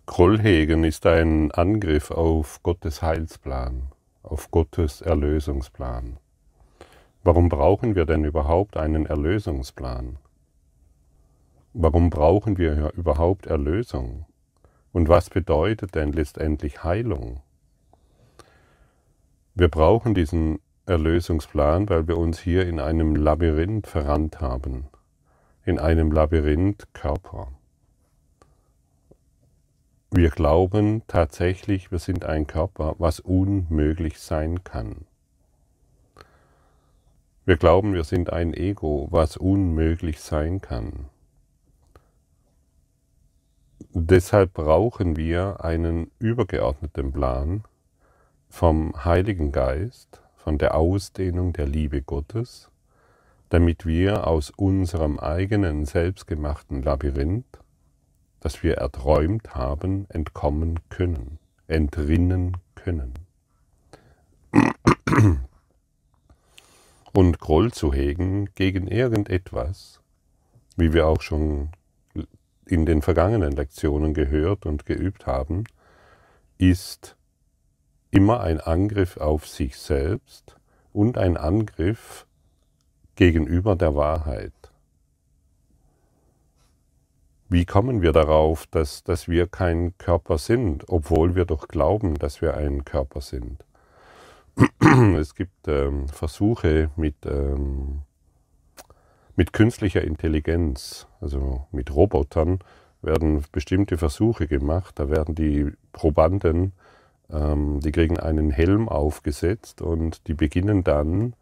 Groll hegen ist ein Angriff auf Gottes Heilsplan, auf Gottes Erlösungsplan. Warum brauchen wir denn überhaupt einen Erlösungsplan? Warum brauchen wir überhaupt Erlösung? Und was bedeutet denn letztendlich Heilung? Wir brauchen diesen Erlösungsplan, weil wir uns hier in einem Labyrinth verrannt haben, in einem Labyrinth Körper. Wir glauben tatsächlich, wir sind ein Körper, was unmöglich sein kann. Wir glauben, wir sind ein Ego, was unmöglich sein kann. Deshalb brauchen wir einen übergeordneten Plan vom Heiligen Geist, von der Ausdehnung der Liebe Gottes, damit wir aus unserem eigenen selbstgemachten Labyrinth, das wir erträumt haben, entkommen können, entrinnen können. Und Groll zu hegen gegen irgendetwas, wie wir auch schon in den vergangenen Lektionen gehört und geübt haben, ist immer ein Angriff auf sich selbst und ein Angriff gegenüber der Wahrheit. Wie kommen wir darauf, dass wir kein Körper sind, obwohl wir doch glauben, dass wir ein Körper sind? Es gibt Versuche mit künstlicher Intelligenz, also mit Robotern, werden bestimmte Versuche gemacht. Da werden die Probanden, die kriegen einen Helm aufgesetzt und die beginnen dann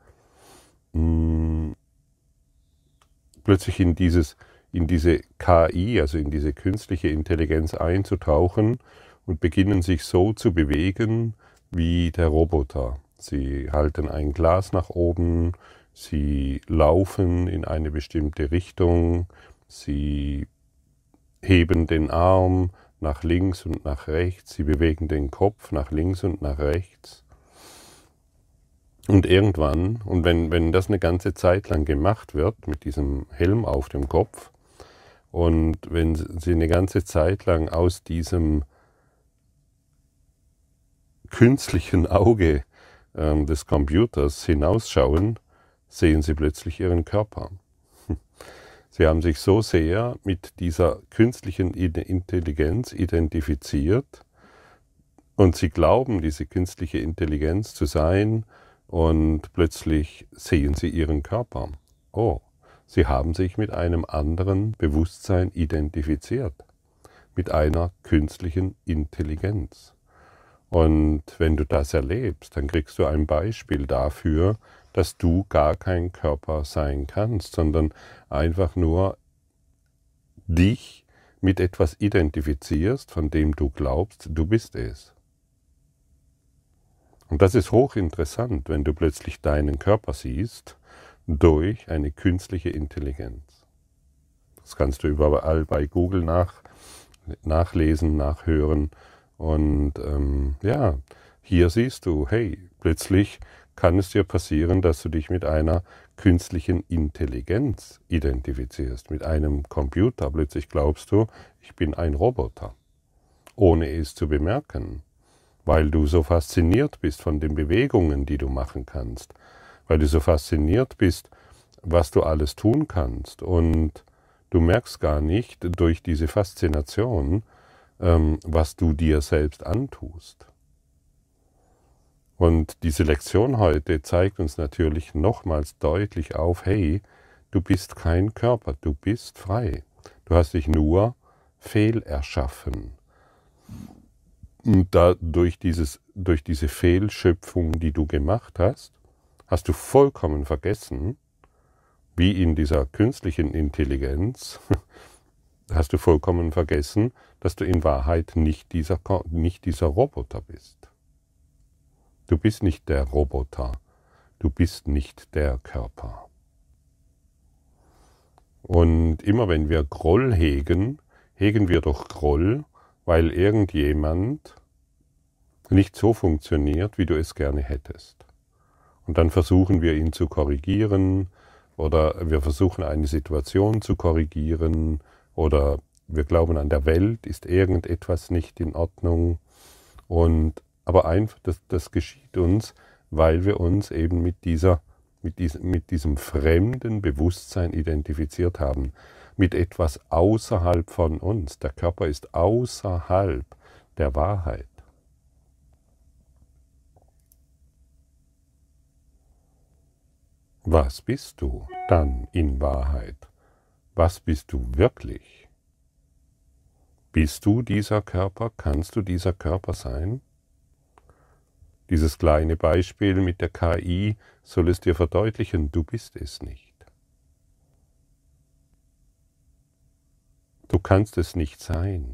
plötzlich in diese KI, also in diese künstliche Intelligenz einzutauchen und beginnen sich so zu bewegen wie der Roboter. Sie halten ein Glas nach oben, sie laufen in eine bestimmte Richtung, sie heben den Arm nach links und nach rechts, sie bewegen den Kopf nach links und nach rechts. Und irgendwann, und wenn das eine ganze Zeit lang gemacht wird, mit diesem Helm auf dem Kopf, und wenn sie eine ganze Zeit lang aus diesem künstlichen Auge des Computers hinausschauen, sehen sie plötzlich ihren Körper. Sie haben sich so sehr mit dieser künstlichen Intelligenz identifiziert und sie glauben, diese künstliche Intelligenz zu sein, und plötzlich sehen sie ihren Körper. Oh, sie haben sich mit einem anderen Bewusstsein identifiziert, mit einer künstlichen Intelligenz. Und wenn du das erlebst, dann kriegst du ein Beispiel dafür, dass du gar kein Körper sein kannst, sondern einfach nur dich mit etwas identifizierst, von dem du glaubst, du bist es. Und das ist hochinteressant, wenn du plötzlich deinen Körper siehst durch eine künstliche Intelligenz. Das kannst du überall bei Google nachlesen, nachhören. Und ja, hier siehst du, hey, plötzlich kann es dir passieren, dass du dich mit einer künstlichen Intelligenz identifizierst, mit einem Computer. Plötzlich glaubst du, ich bin ein Roboter, ohne es zu bemerken, weil du so fasziniert bist von den Bewegungen, die du machen kannst, weil du so fasziniert bist, was du alles tun kannst. Und du merkst gar nicht durch diese Faszination, was du dir selbst antust. Und diese Lektion heute zeigt uns natürlich nochmals deutlich auf, hey, du bist kein Körper, du bist frei. Du hast dich nur fehlerschaffen. Und durch diese Fehlschöpfung, die du gemacht hast, hast du vollkommen vergessen, wie in dieser künstlichen Intelligenz, hast du vollkommen vergessen, dass du in Wahrheit nicht dieser Roboter bist. Du bist nicht der Roboter, du bist nicht der Körper. Und immer wenn wir Groll hegen, hegen wir doch Groll, weil irgendjemand nicht so funktioniert, wie du es gerne hättest. Und dann versuchen wir ihn zu korrigieren oder wir versuchen eine Situation zu korrigieren oder wir glauben, an der Welt ist irgendetwas nicht in Ordnung. Aber einfach, das geschieht uns, weil wir uns eben mit diesem fremden Bewusstsein identifiziert haben, mit etwas außerhalb von uns. Der Körper ist außerhalb der Wahrheit. Was bist du dann in Wahrheit? Was bist du wirklich? Bist du dieser Körper? Kannst du dieser Körper sein? Dieses kleine Beispiel mit der KI soll es dir verdeutlichen, du bist es nicht. Du kannst es nicht sein.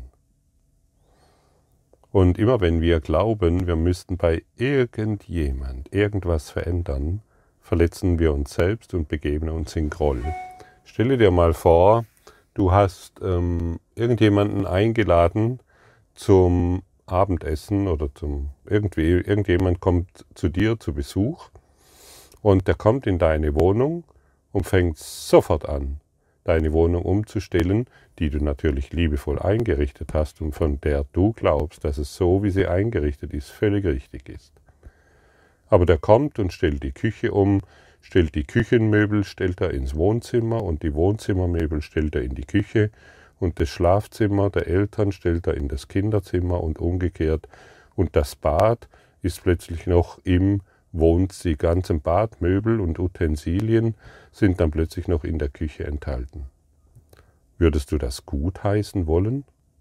Und immer wenn wir glauben, wir müssten bei irgendjemand irgendwas verändern, verletzen wir uns selbst und begeben uns in Groll. Stelle dir mal vor, du hast irgendjemanden eingeladen zum Abendessen oder irgendjemand kommt zu dir zu Besuch und der kommt in deine Wohnung und fängt sofort an, deine Wohnung umzustellen, die du natürlich liebevoll eingerichtet hast und von der du glaubst, dass es so, wie sie eingerichtet ist, völlig richtig ist. Aber der kommt und stellt die Küche um, stellt die Küchenmöbel, stellt er ins Wohnzimmer und die Wohnzimmermöbel stellt er in die Küche und das Schlafzimmer der Eltern stellt er in das Kinderzimmer und umgekehrt. Und das Bad ist plötzlich noch im Wohnzimmer. Die ganzen Badmöbel und Utensilien sind dann plötzlich noch in der Küche enthalten. Würdest du das gutheißen wollen?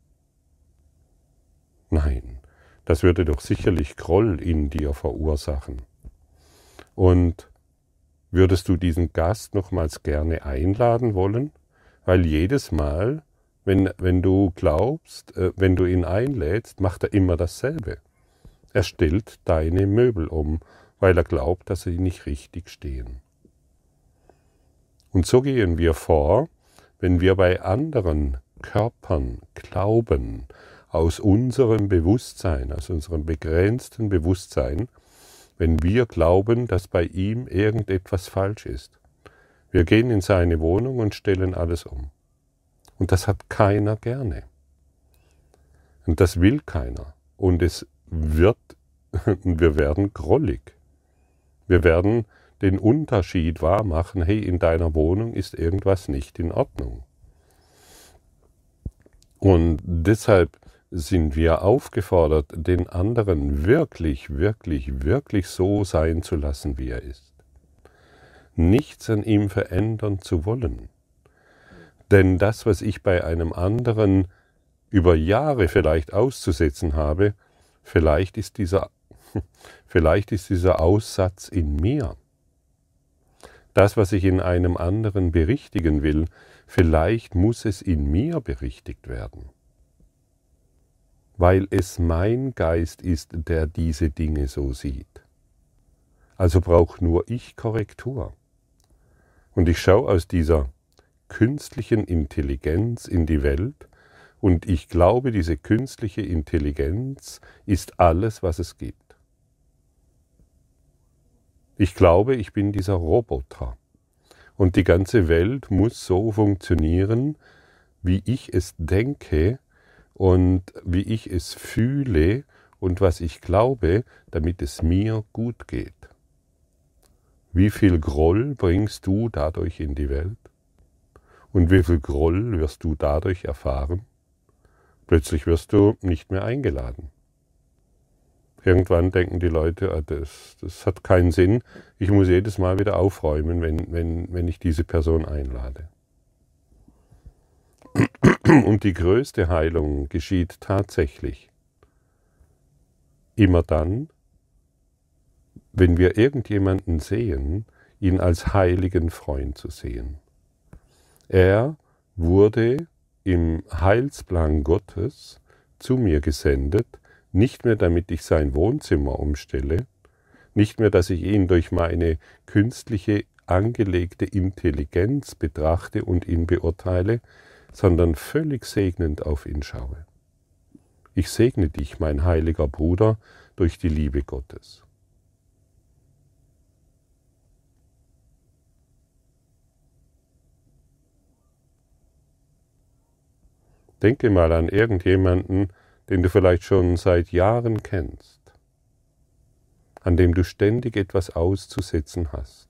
Nein, das würde doch sicherlich Groll in dir verursachen. Und würdest du diesen Gast nochmals gerne einladen wollen? Weil jedes Mal, wenn du glaubst, wenn du ihn einlädst, macht er immer dasselbe. Er stellt deine Möbel um, weil er glaubt, dass sie nicht richtig stehen. Und so gehen wir vor, wenn wir bei anderen Körpern glauben, aus unserem Bewusstsein, aus unserem begrenzten Bewusstsein, wenn wir glauben, dass bei ihm irgendetwas falsch ist. Wir gehen in seine Wohnung und stellen alles um. Und das hat keiner gerne. Und das will keiner. Und wir werden grollig. Wir werden den Unterschied wahrmachen, hey, in deiner Wohnung ist irgendwas nicht in Ordnung. Und deshalb sind wir aufgefordert, den anderen wirklich, wirklich, wirklich so sein zu lassen, wie er ist. Nichts an ihm verändern zu wollen. Denn das, was ich bei einem anderen über Jahre vielleicht auszusetzen habe, vielleicht ist dieser Aussatz in mir. Das, was ich in einem anderen berichtigen will, vielleicht muss es in mir berichtigt werden. Weil es mein Geist ist, der diese Dinge so sieht. Also brauche nur ich Korrektur. Und ich schaue aus dieser künstlichen Intelligenz in die Welt und ich glaube, diese künstliche Intelligenz ist alles, was es gibt. Ich glaube, ich bin dieser Roboter und die ganze Welt muss so funktionieren, wie ich es denke und wie ich es fühle und was ich glaube, damit es mir gut geht. Wie viel Groll bringst du dadurch in die Welt? Und wie viel Groll wirst du dadurch erfahren? Plötzlich wirst du nicht mehr eingeladen. Irgendwann denken die Leute, das hat keinen Sinn, ich muss jedes Mal wieder aufräumen, wenn ich diese Person einlade. Und die größte Heilung geschieht tatsächlich immer dann, wenn wir irgendjemanden sehen, ihn als heiligen Freund zu sehen. Er wurde im Heilsplan Gottes zu mir gesendet, nicht mehr damit ich sein Wohnzimmer umstelle, nicht mehr, dass ich ihn durch meine künstliche angelegte Intelligenz betrachte und ihn beurteile, sondern völlig segnend auf ihn schaue. Ich segne dich, mein heiliger Bruder, durch die Liebe Gottes. Denke mal an irgendjemanden, den du vielleicht schon seit Jahren kennst, an dem du ständig etwas auszusetzen hast,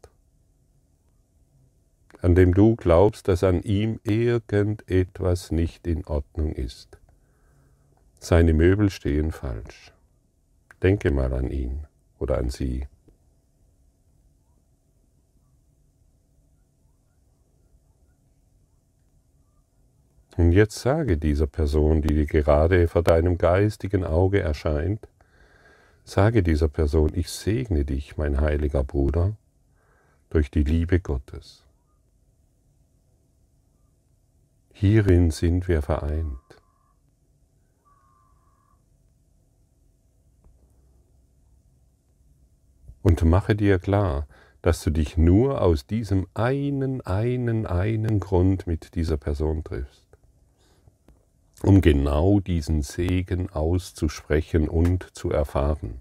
an dem du glaubst, dass an ihm irgendetwas nicht in Ordnung ist. Seine Möbel stehen falsch. Denke mal an ihn oder an sie. Und jetzt sage dieser Person, die dir gerade vor deinem geistigen Auge erscheint, sage dieser Person, ich segne dich, mein heiliger Bruder, durch die Liebe Gottes. Hierin sind wir vereint. Und mache dir klar, dass du dich nur aus diesem einen Grund mit dieser Person triffst, um genau diesen Segen auszusprechen und zu erfahren.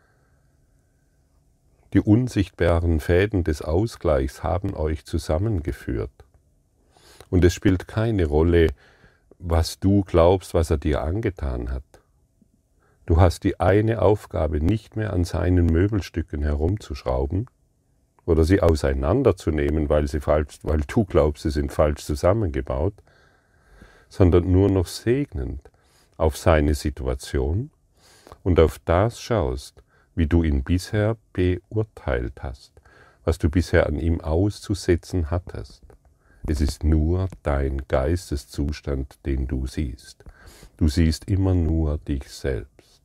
Die unsichtbaren Fäden des Ausgleichs haben euch zusammengeführt. Und es spielt keine Rolle, was du glaubst, was er dir angetan hat. Du hast die eine Aufgabe, nicht mehr an seinen Möbelstücken herumzuschrauben oder sie auseinanderzunehmen, weil du glaubst, sie sind falsch zusammengebaut, sondern nur noch segnend auf seine Situation und auf das schaust, wie du ihn bisher beurteilt hast, was du bisher an ihm auszusetzen hattest. Es ist nur dein Geisteszustand, den du siehst. Du siehst immer nur dich selbst.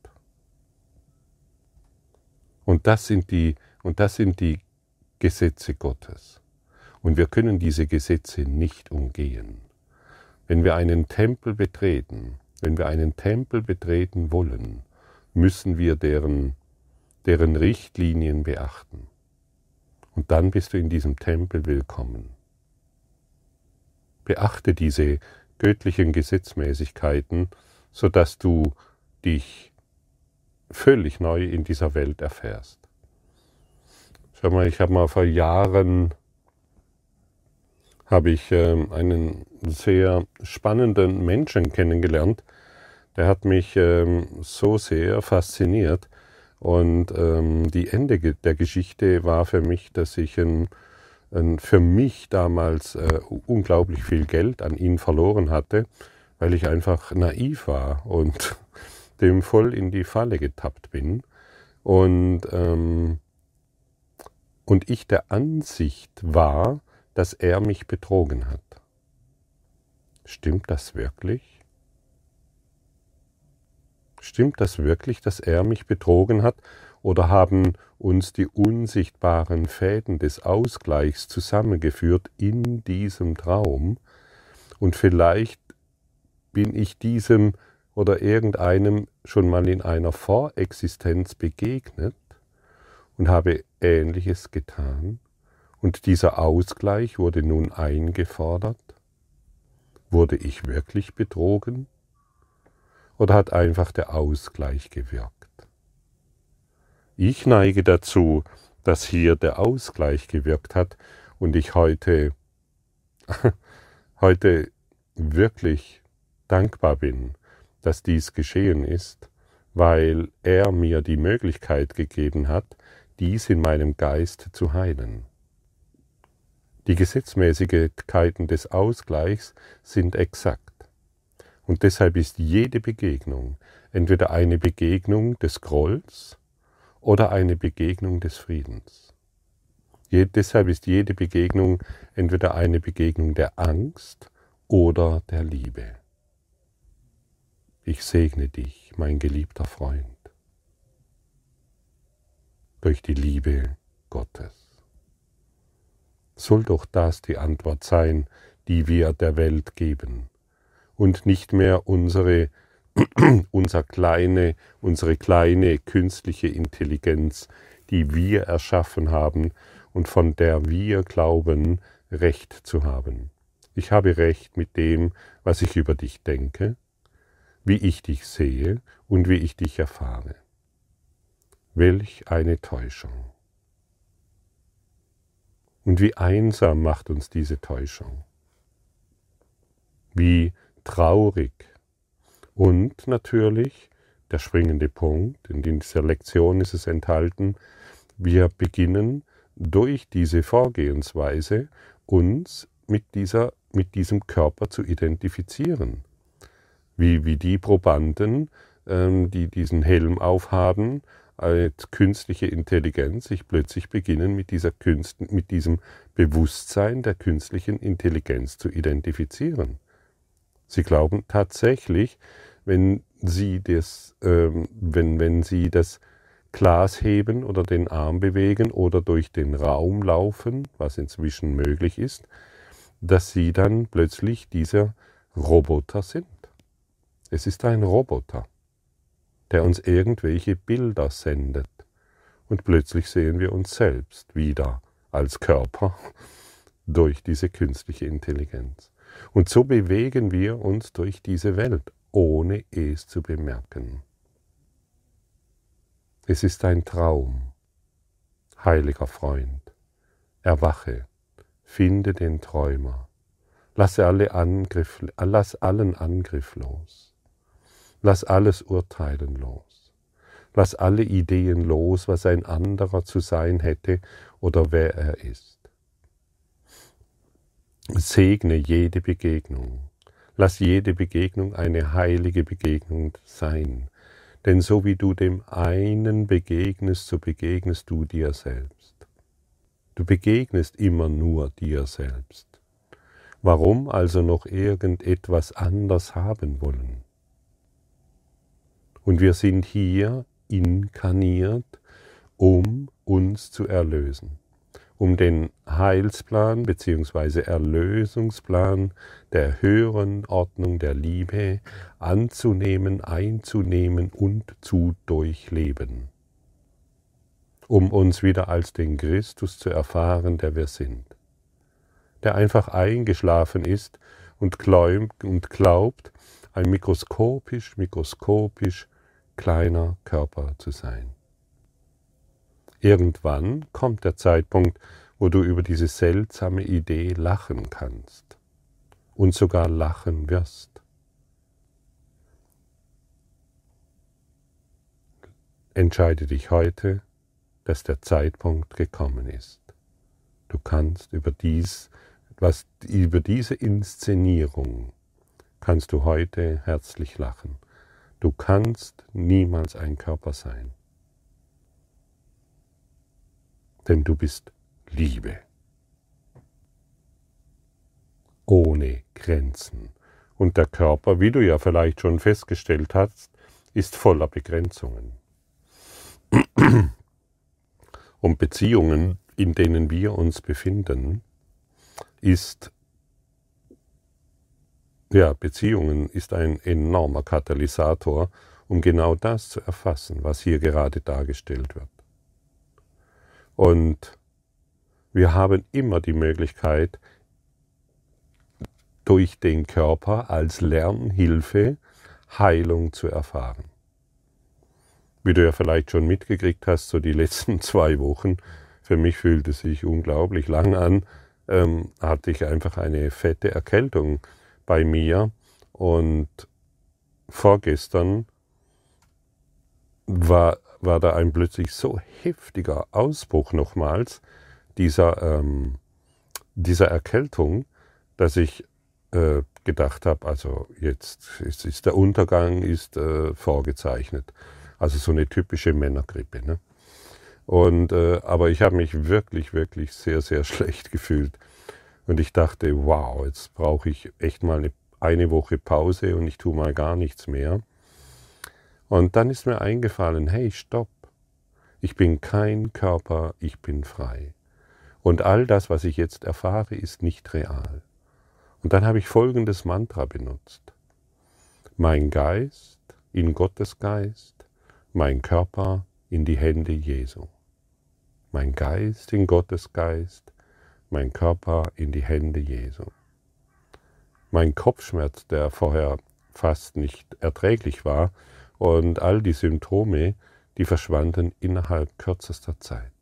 Und das sind die Gesetze Gottes. Und wir können diese Gesetze nicht umgehen. Wenn wir einen Tempel betreten wollen, müssen wir deren Richtlinien beachten. Und dann bist du in diesem Tempel willkommen. Beachte diese göttlichen Gesetzmäßigkeiten, sodass du dich völlig neu in dieser Welt erfährst. Schau mal, ich habe mal vor Jahren einen sehr spannenden Menschen kennengelernt. Der hat mich so sehr fasziniert. Und die Ende der Geschichte war für mich, dass ich für mich damals unglaublich viel Geld an ihn verloren hatte, weil ich einfach naiv war und dem voll in die Falle getappt bin. Und ich der Ansicht war, dass er mich betrogen hat. Stimmt das wirklich? Stimmt das wirklich, dass er mich betrogen hat? Oder haben uns die unsichtbaren Fäden des Ausgleichs zusammengeführt in diesem Traum? Und vielleicht bin ich diesem oder irgendeinem schon mal in einer Vorexistenz begegnet und habe Ähnliches getan. Und dieser Ausgleich wurde nun eingefordert. Wurde ich wirklich betrogen? Oder hat einfach der Ausgleich gewirkt? Ich neige dazu, dass hier der Ausgleich gewirkt hat und ich heute wirklich dankbar bin, dass dies geschehen ist, weil er mir die Möglichkeit gegeben hat, dies in meinem Geist zu heilen. Die Gesetzmäßigkeiten des Ausgleichs sind exakt. Und deshalb ist jede Begegnung entweder eine Begegnung des Grolls oder eine Begegnung des Friedens. Deshalb ist jede Begegnung entweder eine Begegnung der Angst oder der Liebe. Ich segne dich, mein geliebter Freund, durch die Liebe Gottes. Soll doch das die Antwort sein, die wir der Welt geben, und nicht mehr unsere kleine künstliche Intelligenz, die wir erschaffen haben und von der wir glauben, Recht zu haben. Ich habe Recht mit dem, was ich über dich denke, wie ich dich sehe und wie ich dich erfahre. Welch eine Täuschung! Und wie einsam macht uns diese Täuschung. Wie traurig Und natürlich der springende Punkt, in dieser Lektion ist es enthalten, wir beginnen durch diese Vorgehensweise uns mit diesem Körper zu identifizieren. Wie die Probanden, die diesen Helm aufhaben, als künstliche Intelligenz, sich plötzlich beginnen mit diesem Bewusstsein der künstlichen Intelligenz zu identifizieren. Sie glauben tatsächlich, wenn Sie das Glas heben oder den Arm bewegen oder durch den Raum laufen, was inzwischen möglich ist, dass Sie dann plötzlich dieser Roboter sind. Es ist ein Roboter, der uns irgendwelche Bilder sendet. Und plötzlich sehen wir uns selbst wieder als Körper durch diese künstliche Intelligenz. Und so bewegen wir uns durch diese Welt, ohne es zu bemerken. Es ist ein Traum. Heiliger Freund, erwache, finde den Träumer, lass allen Angriff los, lass alles Urteilen los, lass alle Ideen los, was ein anderer zu sein hätte oder wer er ist. Segne jede Begegnung, lass jede Begegnung eine heilige Begegnung sein, denn so wie du dem einen begegnest, so begegnest du dir selbst. Du begegnest immer nur dir selbst. Warum also noch irgendetwas anders haben wollen? Und wir sind hier inkarniert, um uns zu erlösen, um den Heilsplan bzw. Erlösungsplan der höheren Ordnung der Liebe anzunehmen, einzunehmen und zu durchleben, um uns wieder als den Christus zu erfahren, der wir sind, der einfach eingeschlafen ist und glaubt, ein mikroskopisch kleiner Körper zu sein. Irgendwann kommt der Zeitpunkt, wo du über diese seltsame Idee lachen kannst und sogar lachen wirst. Entscheide dich heute, dass der Zeitpunkt gekommen ist. Du kannst über diese Inszenierung kannst du heute herzlich lachen. Du kannst niemals ein Körper sein. Denn du bist Liebe. Ohne Grenzen. Und der Körper, wie du ja vielleicht schon festgestellt hast, ist voller Begrenzungen. Und Beziehungen, in denen wir uns befinden, Beziehungen ist ein enormer Katalysator, um genau das zu erfassen, was hier gerade dargestellt wird. Und wir haben immer die Möglichkeit, durch den Körper als Lernhilfe Heilung zu erfahren. Wie du ja vielleicht schon mitgekriegt hast, so die letzten 2 Wochen, für mich fühlte es sich unglaublich lang an, hatte ich einfach eine fette Erkältung bei mir und vorgestern war da ein plötzlich so heftiger Ausbruch nochmals dieser Erkältung, dass ich gedacht habe, also jetzt ist der Untergang vorgezeichnet. Also so eine typische Männergrippe. Ne? Aber ich habe mich wirklich, wirklich sehr, sehr schlecht gefühlt. Und ich dachte, wow, jetzt brauche ich echt mal eine Woche Pause und ich tue mal gar nichts mehr. Und dann ist mir eingefallen, hey, stopp, ich bin kein Körper, ich bin frei. Und all das, was ich jetzt erfahre, ist nicht real. Und dann habe ich folgendes Mantra benutzt. Mein Geist in Gottes Geist, mein Körper in die Hände Jesu. Mein Geist in Gottes Geist, mein Körper in die Hände Jesu. Mein Kopfschmerz, der vorher fast nicht erträglich war, und all die Symptome, die verschwanden innerhalb kürzester Zeit.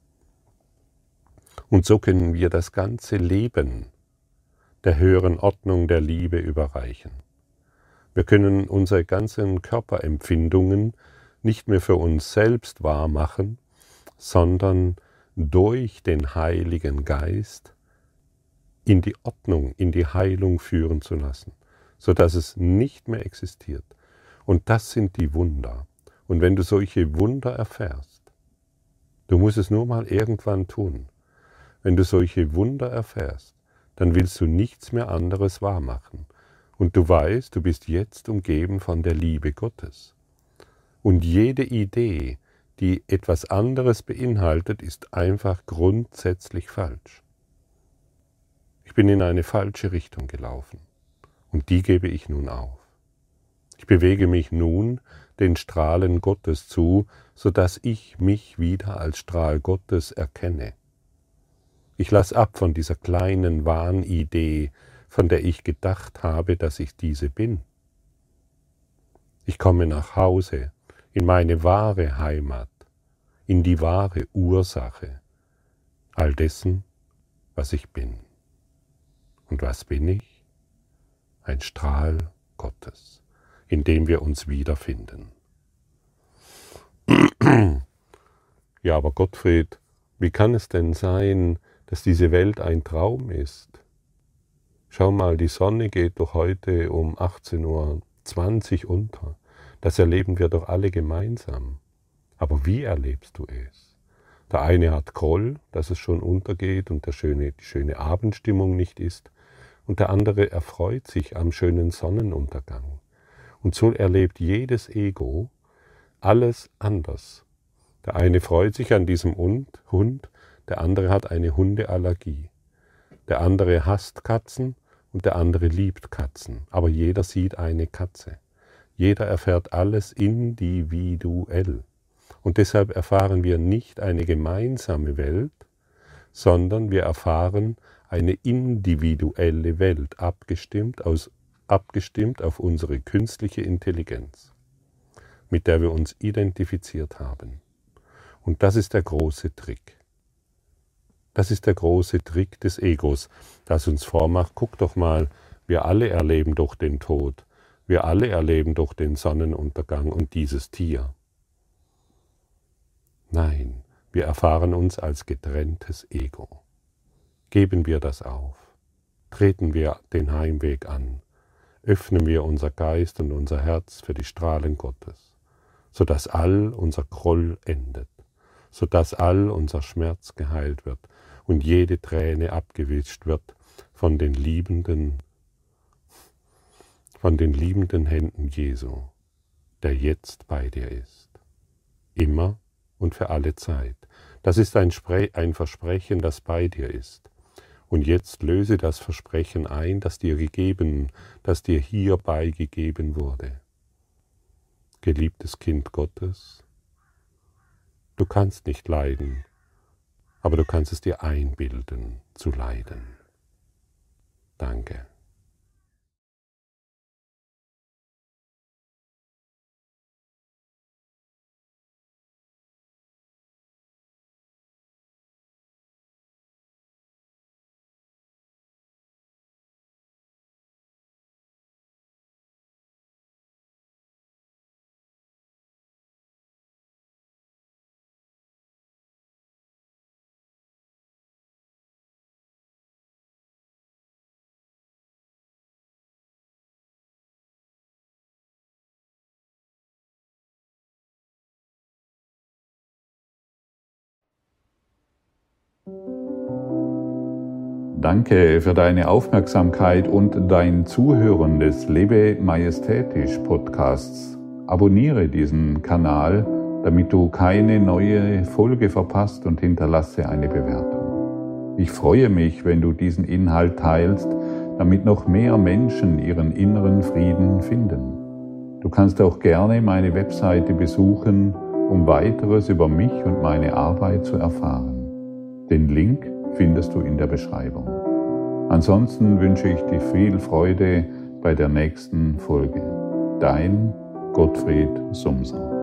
Und so können wir das ganze Leben der höheren Ordnung der Liebe überreichen. Wir können unsere ganzen Körperempfindungen nicht mehr für uns selbst wahr machen, sondern durch den Heiligen Geist in die Ordnung, in die Heilung führen zu lassen, sodass es nicht mehr existiert. Und das sind die Wunder. Und wenn du solche Wunder erfährst, du musst es nur mal irgendwann tun, wenn du solche Wunder erfährst, dann willst du nichts mehr anderes wahrmachen. Und du weißt, du bist jetzt umgeben von der Liebe Gottes. Und jede Idee, die etwas anderes beinhaltet, ist einfach grundsätzlich falsch. Ich bin in eine falsche Richtung gelaufen und die gebe ich nun auf. Ich bewege mich nun den Strahlen Gottes zu, sodass ich mich wieder als Strahl Gottes erkenne. Ich lasse ab von dieser kleinen Wahnidee, von der ich gedacht habe, dass ich diese bin. Ich komme nach Hause, in meine wahre Heimat, in die wahre Ursache all dessen, was ich bin. Und was bin ich? Ein Strahl Gottes, in dem wir uns wiederfinden. Ja, aber Gottfried, wie kann es denn sein, dass diese Welt ein Traum ist? Schau mal, die Sonne geht doch heute um 18:20 Uhr unter. Das erleben wir doch alle gemeinsam. Aber wie erlebst du es? Der eine hat Groll, dass es schon untergeht und die schöne Abendstimmung nicht ist. Und der andere erfreut sich am schönen Sonnenuntergang. Und so erlebt jedes Ego alles anders. Der eine freut sich an diesem Hund, der andere hat eine Hundeallergie. Der andere hasst Katzen und der andere liebt Katzen. Aber jeder sieht eine Katze. Jeder erfährt alles individuell. Und deshalb erfahren wir nicht eine gemeinsame Welt, sondern wir erfahren eine individuelle Welt, abgestimmt auf unsere künstliche Intelligenz, mit der wir uns identifiziert haben. Und das ist der große Trick. Das ist der große Trick des Egos, das uns vormacht, guck doch mal, wir alle erleben doch den Tod, wir alle erleben doch den Sonnenuntergang und dieses Tier. Nein, wir erfahren uns als getrenntes Ego. Geben wir das auf, treten wir den Heimweg an, öffnen wir unser Geist und unser Herz für die Strahlen Gottes, sodass all unser Groll endet, sodass all unser Schmerz geheilt wird und jede Träne abgewischt wird von den liebenden Händen Jesu, der jetzt bei dir ist, immer und für alle Zeit. Das ist ein Versprechen, das bei dir ist. Und jetzt löse das Versprechen ein, das dir hierbei gegeben wurde. Geliebtes Kind Gottes, du kannst nicht leiden, aber du kannst es dir einbilden, zu leiden. Danke. Danke für deine Aufmerksamkeit und dein Zuhören des Lebe Majestätisch Podcasts. Abonniere diesen Kanal, damit du keine neue Folge verpasst, und hinterlasse eine Bewertung. Ich freue mich, wenn du diesen Inhalt teilst, damit noch mehr Menschen ihren inneren Frieden finden. Du kannst auch gerne meine Webseite besuchen, um weiteres über mich und meine Arbeit zu erfahren. Den Link findest du in der Beschreibung. Ansonsten wünsche ich dir viel Freude bei der nächsten Folge. Dein Gottfried Sumser.